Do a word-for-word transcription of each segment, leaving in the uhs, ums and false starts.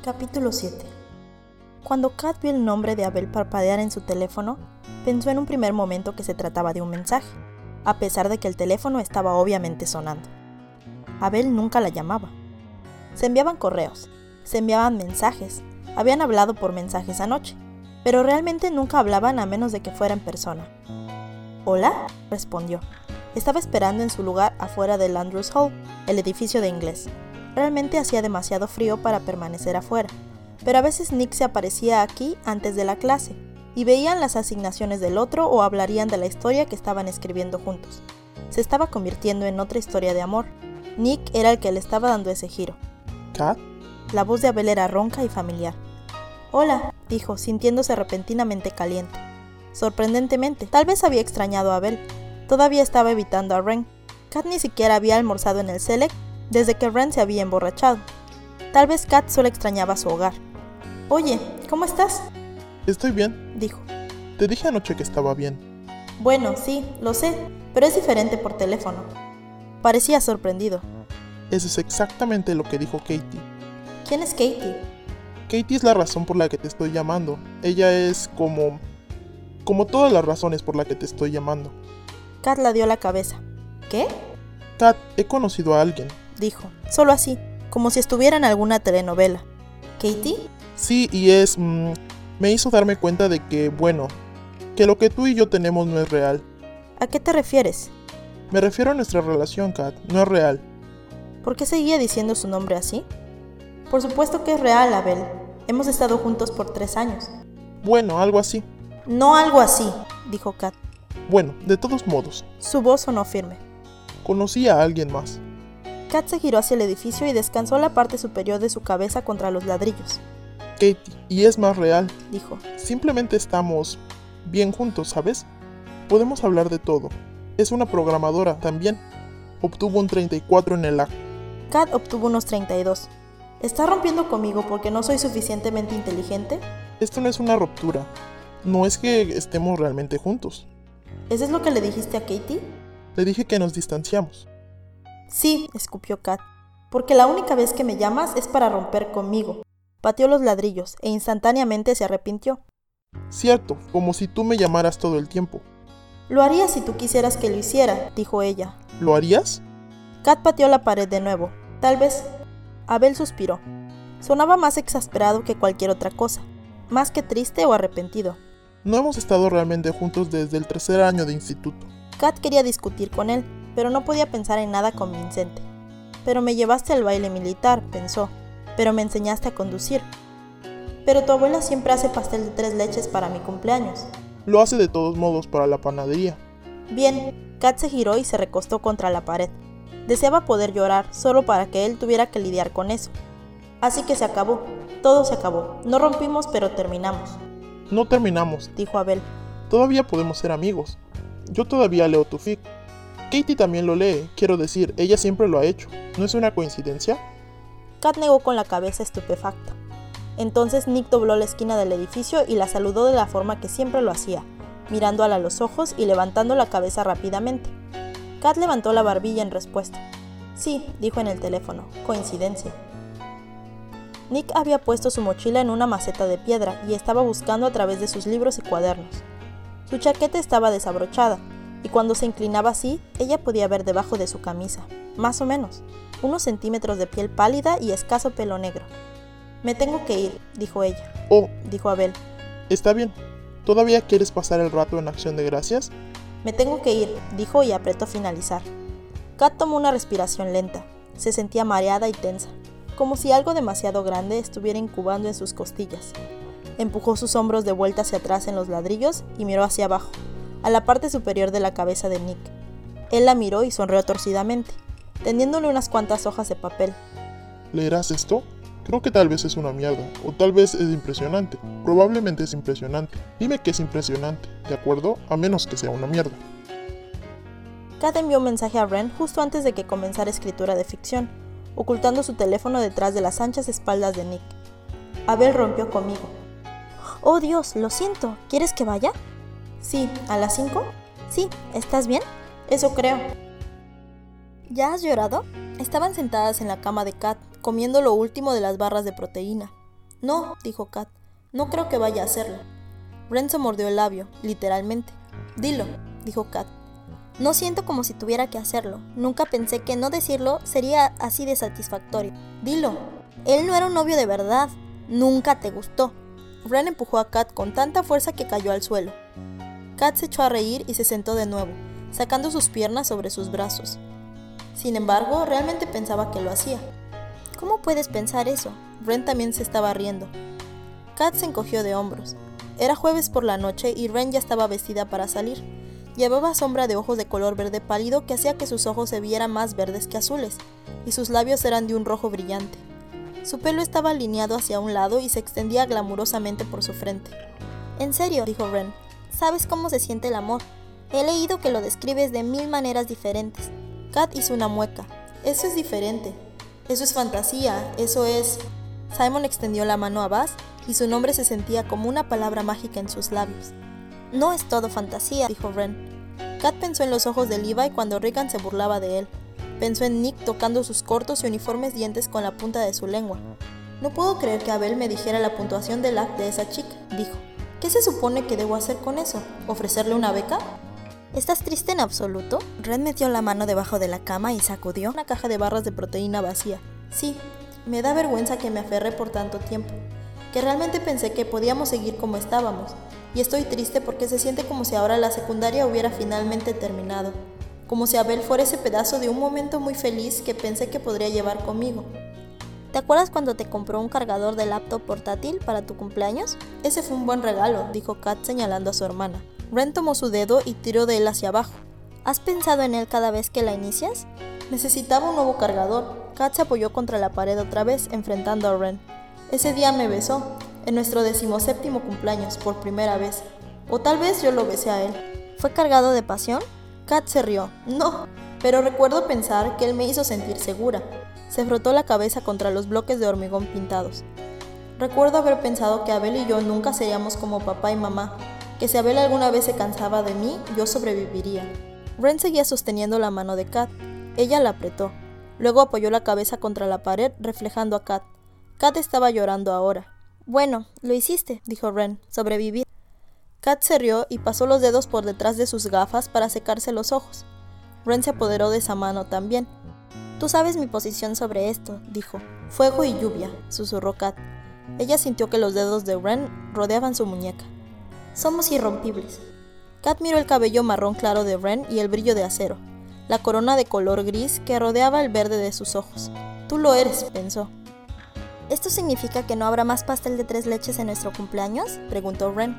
Capítulo siete. Cuando Kat vio el nombre de Abel parpadear en su teléfono, pensó en un primer momento que se trataba de un mensaje, a pesar de que el teléfono estaba obviamente sonando. Abel nunca la llamaba. Se enviaban correos, se enviaban mensajes, habían hablado por mensajes anoche, pero realmente nunca hablaban a menos de que fuera en persona. «¿Hola?», respondió. Estaba esperando en su lugar afuera del Andrews Hall, el edificio de inglés. Realmente hacía demasiado frío para permanecer afuera, pero a veces Nick se aparecía aquí antes de la clase, y veían las asignaciones del otro o hablarían de la historia que estaban escribiendo juntos. Se estaba convirtiendo en otra historia de amor. Nick era el que le estaba dando ese giro. ¿Kat? La voz de Abel era ronca y familiar. «Hola», dijo, sintiéndose repentinamente caliente. Sorprendentemente, tal vez había extrañado a Abel. Todavía estaba evitando a Ren. Kat ni siquiera había almorzado en el Select desde que Ren se había emborrachado. Tal vez Kat solo extrañaba su hogar. «Oye, ¿cómo estás?», Estoy bien, dijo. Te dije anoche que estaba bien. «Bueno, sí, lo sé, pero es diferente por teléfono». Parecía sorprendido. Eso es exactamente lo que dijo Katie. «¿Quién es Katie?». Katie es la razón por la que te estoy llamando. Ella es como... como todas las razones por las que te estoy llamando. Kat la dio la cabeza. «¿Qué?», Kat, he conocido a alguien. dijo, solo así, como si estuviera en alguna telenovela. «¿Katie?». Sí, y es... Mmm, me hizo darme cuenta de que, bueno, que lo que tú y yo tenemos no es real. «¿A qué te refieres?». Me refiero a nuestra relación, Kat, no es real. ¿Por qué seguía diciendo su nombre así? «Por supuesto que es real, Abel. Hemos estado juntos por tres años». Bueno, algo así. «No algo así», dijo Kat. Bueno, de todos modos. Su voz sonó firme. Conocí a alguien más. Kat se giró hacia el edificio y descansó la parte superior de su cabeza contra los ladrillos. Katie, y es más real, dijo. Simplemente estamos bien juntos, ¿sabes? Podemos hablar de todo. Es una programadora también. Obtuvo un treinta y cuatro en el A C. Kat obtuvo unos treinta y dos. ¿Estás rompiendo conmigo porque no soy suficientemente inteligente? Esto no es una ruptura. No es que estemos realmente juntos. ¿Eso es lo que le dijiste a Katie? Le dije que nos distanciamos. Sí, escupió Kat, porque la única vez que me llamas es para romper conmigo. Pateó los ladrillos e instantáneamente se arrepintió. Cierto, como si tú me llamaras todo el tiempo. Lo haría si tú quisieras que lo hiciera, dijo ella. ¿Lo harías? Kat pateó la pared de nuevo. Tal vez. Abel suspiró. Sonaba más exasperado que cualquier otra cosa, más que triste o arrepentido. No hemos estado realmente juntos desde el tercer año de instituto. Kat quería discutir con él, pero no podía pensar en nada convincente. Pero me llevaste al baile militar, pensó. Pero me enseñaste a conducir. Pero tu abuela siempre hace pastel de tres leches para mi cumpleaños. Lo hace de todos modos para la panadería. Bien, Kat se giró y se recostó contra la pared. Deseaba poder llorar solo para que él tuviera que lidiar con eso. Así que se acabó. Todo se acabó. No rompimos, pero terminamos. No terminamos, dijo Abel. Todavía podemos ser amigos. Yo todavía leo tu fic. Katie también lo lee, quiero decir, ella siempre lo ha hecho. ¿No es una coincidencia? Kat negó con la cabeza estupefacta. Entonces Nick dobló la esquina del edificio y la saludó de la forma que siempre lo hacía, mirándola a los ojos y levantando la cabeza rápidamente. Kat levantó la barbilla en respuesta. Sí, dijo en el teléfono, coincidencia. Nick había puesto su mochila en una maceta de piedra y estaba buscando a través de sus libros y cuadernos. Su chaqueta estaba desabrochada, y cuando se inclinaba así, ella podía ver debajo de su camisa, más o menos, unos centímetros de piel pálida y escaso pelo negro. «Me tengo que ir», dijo ella. «Oh», dijo Abel. «Está bien. ¿Todavía quieres pasar el rato en acción de gracias?» «Me tengo que ir», dijo y apretó finalizar. Kat tomó una respiración lenta. Se sentía mareada y tensa, como si algo demasiado grande estuviera incubando en sus costillas. Empujó sus hombros de vuelta hacia atrás en los ladrillos y miró hacia abajo, a la parte superior de la cabeza de Nick. Él la miró y sonrió torcidamente, tendiéndole unas cuantas hojas de papel. ¿Leerás esto? Creo que tal vez es una mierda, o tal vez es impresionante. Probablemente es impresionante. Dime que es impresionante, ¿de acuerdo? A menos que sea una mierda. Kat envió un mensaje a Ren justo antes de que comenzara escritura de ficción, ocultando su teléfono detrás de las anchas espaldas de Nick. Abel rompió conmigo. «Oh Dios, lo siento. ¿Quieres que vaya?» «Sí, ¿a las cinco?» «Sí, ¿estás bien?» «Eso creo». «¿Ya has llorado?» Estaban sentadas en la cama de Kat, comiendo lo último de las barras de proteína. No, dijo Kat, no creo que vaya a hacerlo. Ren se mordió el labio, literalmente. Dilo, dijo Kat. No siento como si tuviera que hacerlo. Nunca pensé que no decirlo sería así de satisfactorio. Dilo. Él no era un novio de verdad. Nunca te gustó. Ren empujó a Kat con tanta fuerza que cayó al suelo. Kat se echó a reír y se sentó de nuevo, sacando sus piernas sobre sus brazos. Sin embargo, realmente pensaba que lo hacía. ¿Cómo puedes pensar eso? Ren también se estaba riendo. Kat se encogió de hombros. Era jueves por la noche y Ren ya estaba vestida para salir. Llevaba sombra de ojos de color verde pálido que hacía que sus ojos se vieran más verdes que azules, y sus labios eran de un rojo brillante. Su pelo estaba alineado hacia un lado y se extendía glamurosamente por su frente. En serio, dijo Ren, ¿sabes cómo se siente el amor? He leído que lo describes de mil maneras diferentes. Kat hizo una mueca. Eso es diferente. Eso es fantasía, eso es... Simon extendió la mano a Baz y su nombre se sentía como una palabra mágica en sus labios. No es todo fantasía, dijo Ren. Kat pensó en los ojos de Levi cuando Regan se burlaba de él. Pensó en Nick tocando sus cortos y uniformes dientes con la punta de su lengua. No puedo creer que Abel me dijera la puntuación del act de esa chica, dijo. ¿Qué se supone que debo hacer con eso? ¿Ofrecerle una beca? ¿Estás triste en absoluto? Ren metió la mano debajo de la cama y sacudió una caja de barras de proteína vacía. Sí, me da vergüenza que me aferré por tanto tiempo, que realmente pensé que podíamos seguir como estábamos, y estoy triste porque se siente como si ahora la secundaria hubiera finalmente terminado, como si Abel fuera ese pedazo de un momento muy feliz que pensé que podría llevar conmigo. ¿Te acuerdas cuando te compró un cargador de laptop portátil para tu cumpleaños? Ese fue un buen regalo, dijo Kat señalando a su hermana. Ren tomó su dedo y tiró de él hacia abajo. ¿Has pensado en él cada vez que la inicias? Necesitaba un nuevo cargador. Kat se apoyó contra la pared otra vez, enfrentando a Ren. Ese día me besó, en nuestro decimoséptimo cumpleaños, por primera vez. O tal vez yo lo besé a él. ¿Fue cargado de pasión? Kat se rió. No, pero recuerdo pensar que él me hizo sentir segura. Se frotó la cabeza contra los bloques de hormigón pintados. Recuerdo haber pensado que Abel y yo nunca seríamos como papá y mamá, que si Abel alguna vez se cansaba de mí, yo sobreviviría. Ren seguía sosteniendo la mano de Kat. Ella la apretó. Luego apoyó la cabeza contra la pared, reflejando a Kat. Kat estaba llorando ahora. Bueno, lo hiciste, dijo Ren, sobreviví. Kat se rió y pasó los dedos por detrás de sus gafas para secarse los ojos. Ren se apoderó de esa mano también. Tú sabes mi posición sobre esto, dijo. Fuego y lluvia, susurró Kat. Ella sintió que los dedos de Ren rodeaban su muñeca. Somos irrompibles. Kat miró el cabello marrón claro de Ren y el brillo de acero, la corona de color gris que rodeaba el verde de sus ojos. Tú lo eres, pensó. ¿Esto significa que no habrá más pastel de tres leches en nuestro cumpleaños?, preguntó Ren.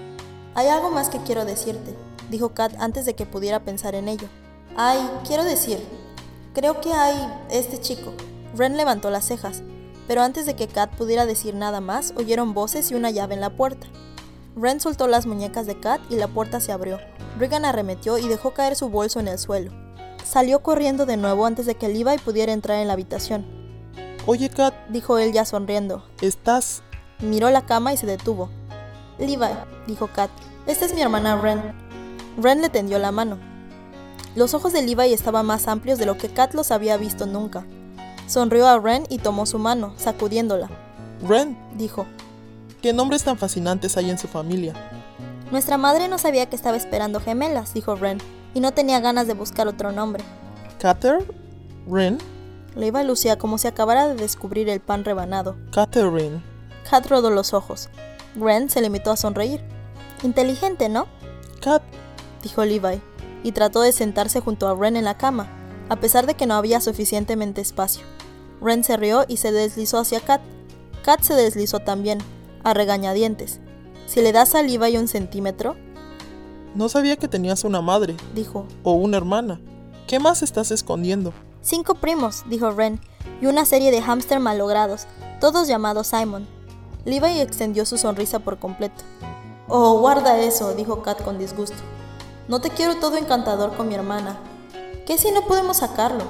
Hay algo más que quiero decirte, dijo Kat antes de que pudiera pensar en ello. Ay, quiero decir, creo que hay este chico. Ren levantó las cejas, pero antes de que Kat pudiera decir nada más, oyeron voces y una llave en la puerta. Ren soltó las muñecas de Kat y la puerta se abrió. Regan arremetió y dejó caer su bolso en el suelo. Salió corriendo de nuevo antes de que Levi pudiera entrar en la habitación. Oye, Kat, dijo él ya sonriendo. ¿Estás...? Miró la cama y se detuvo. Levi, dijo Kat, esta es mi hermana Ren. Ren le tendió la mano. Los ojos de Levi estaban más amplios de lo que Kat los había visto nunca. Sonrió a Ren y tomó su mano, sacudiéndola. Ren, dijo. ¿Qué nombres tan fascinantes hay en su familia? Nuestra madre no sabía que estaba esperando gemelas, dijo Ren, y no tenía ganas de buscar otro nombre. ¿Cather? ¿Ren? Levi lucía como si acabara de descubrir el pan rebanado. Catherine. Kat rodó los ojos. Ren se limitó a sonreír. Inteligente, ¿no? Kat, dijo Levi, y trató de sentarse junto a Ren en la cama, a pesar de que no había suficientemente espacio. Ren se rió y se deslizó hacia Kat. Kat se deslizó también, a regañadientes. Si le das a Levi un centímetro... No sabía que tenías una madre, dijo. O una hermana. ¿Qué más estás escondiendo? Cinco primos, dijo Ren, y una serie de hámster malogrados, todos llamados Simon. Levi extendió su sonrisa por completo. Oh, guarda eso, dijo Kat con disgusto. No te quiero todo encantador con mi hermana. ¿Qué si no podemos sacarlo?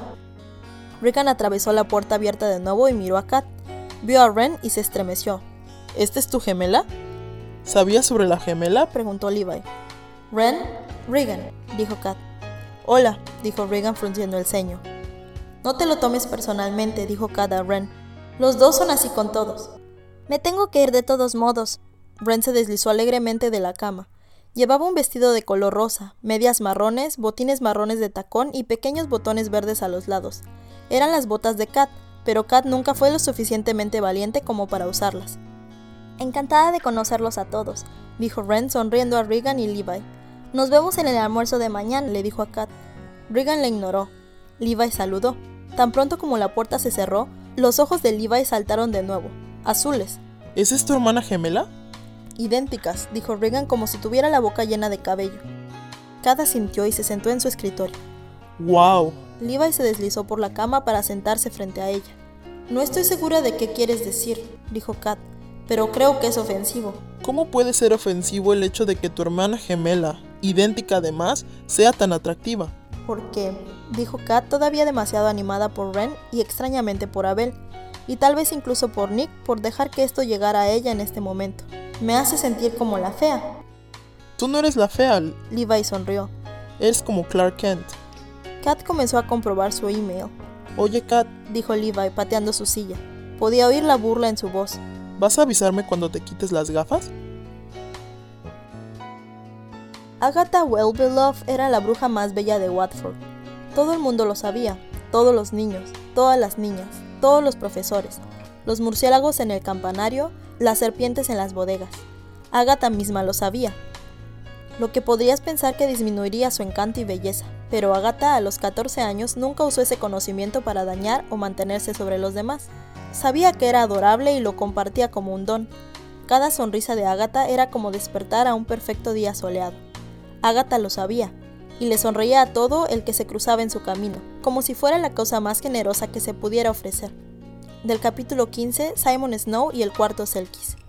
Regan atravesó la puerta abierta de nuevo y miró a Kat. Vio a Ren y se estremeció. ¿Esta es tu gemela? ¿Sabías sobre la gemela?, preguntó Levi. Ren, Regan, dijo Kat. Hola, dijo Regan frunciendo el ceño. No te lo tomes personalmente, dijo Kat a Ren. Los dos son así con todos. Me tengo que ir de todos modos. Wren se deslizó alegremente de la cama. Llevaba un vestido de color rosa, medias marrones, botines marrones de tacón y pequeños botones verdes a los lados. Eran las botas de Kat, pero Kat nunca fue lo suficientemente valiente como para usarlas. Encantada de conocerlos a todos, dijo Wren sonriendo a Regan y Levi. Nos vemos en el almuerzo de mañana, le dijo a Kat. Regan le ignoró. Levi saludó. Tan pronto como la puerta se cerró, los ojos de Levi saltaron de nuevo, azules. ¿Es esta tu hermana gemela? Idénticas, dijo Regan como si tuviera la boca llena de cabello. Kat asintió y se sentó en su escritorio. ¡Wow! Levi se deslizó por la cama para sentarse frente a ella. No estoy segura de qué quieres decir, dijo Kat, pero creo que es ofensivo. ¿Cómo puede ser ofensivo el hecho de que tu hermana gemela, idéntica además, sea tan atractiva? Porque, dijo Kat todavía demasiado animada por Wren y extrañamente por Abel, y tal vez incluso por Nick por dejar que esto llegara a ella en este momento. Me hace sentir como la fea. Tú no eres la fea. Levi sonrió. Eres como Clark Kent. Kat comenzó a comprobar su email. Oye, Kat, dijo Levi pateando su silla. Podía oír la burla en su voz. ¿Vas a avisarme cuando te quites las gafas? Agatha Wellbeloved era la bruja más bella de Watford. Todo el mundo lo sabía, todos los niños, todas las niñas, todos los profesores, los murciélagos en el campanario, las serpientes en las bodegas. Agatha misma lo sabía. Lo que podrías pensar que disminuiría su encanto y belleza, pero Agatha a los catorce años nunca usó ese conocimiento para dañar o mantenerse sobre los demás. Sabía que era adorable y lo compartía como un don. Cada sonrisa de Agatha era como despertar a un perfecto día soleado. Agatha lo sabía, y le sonreía a todo el que se cruzaba en su camino, como si fuera la cosa más generosa que se pudiera ofrecer. Del capítulo quince, Simon Snow y el cuarto Selkis.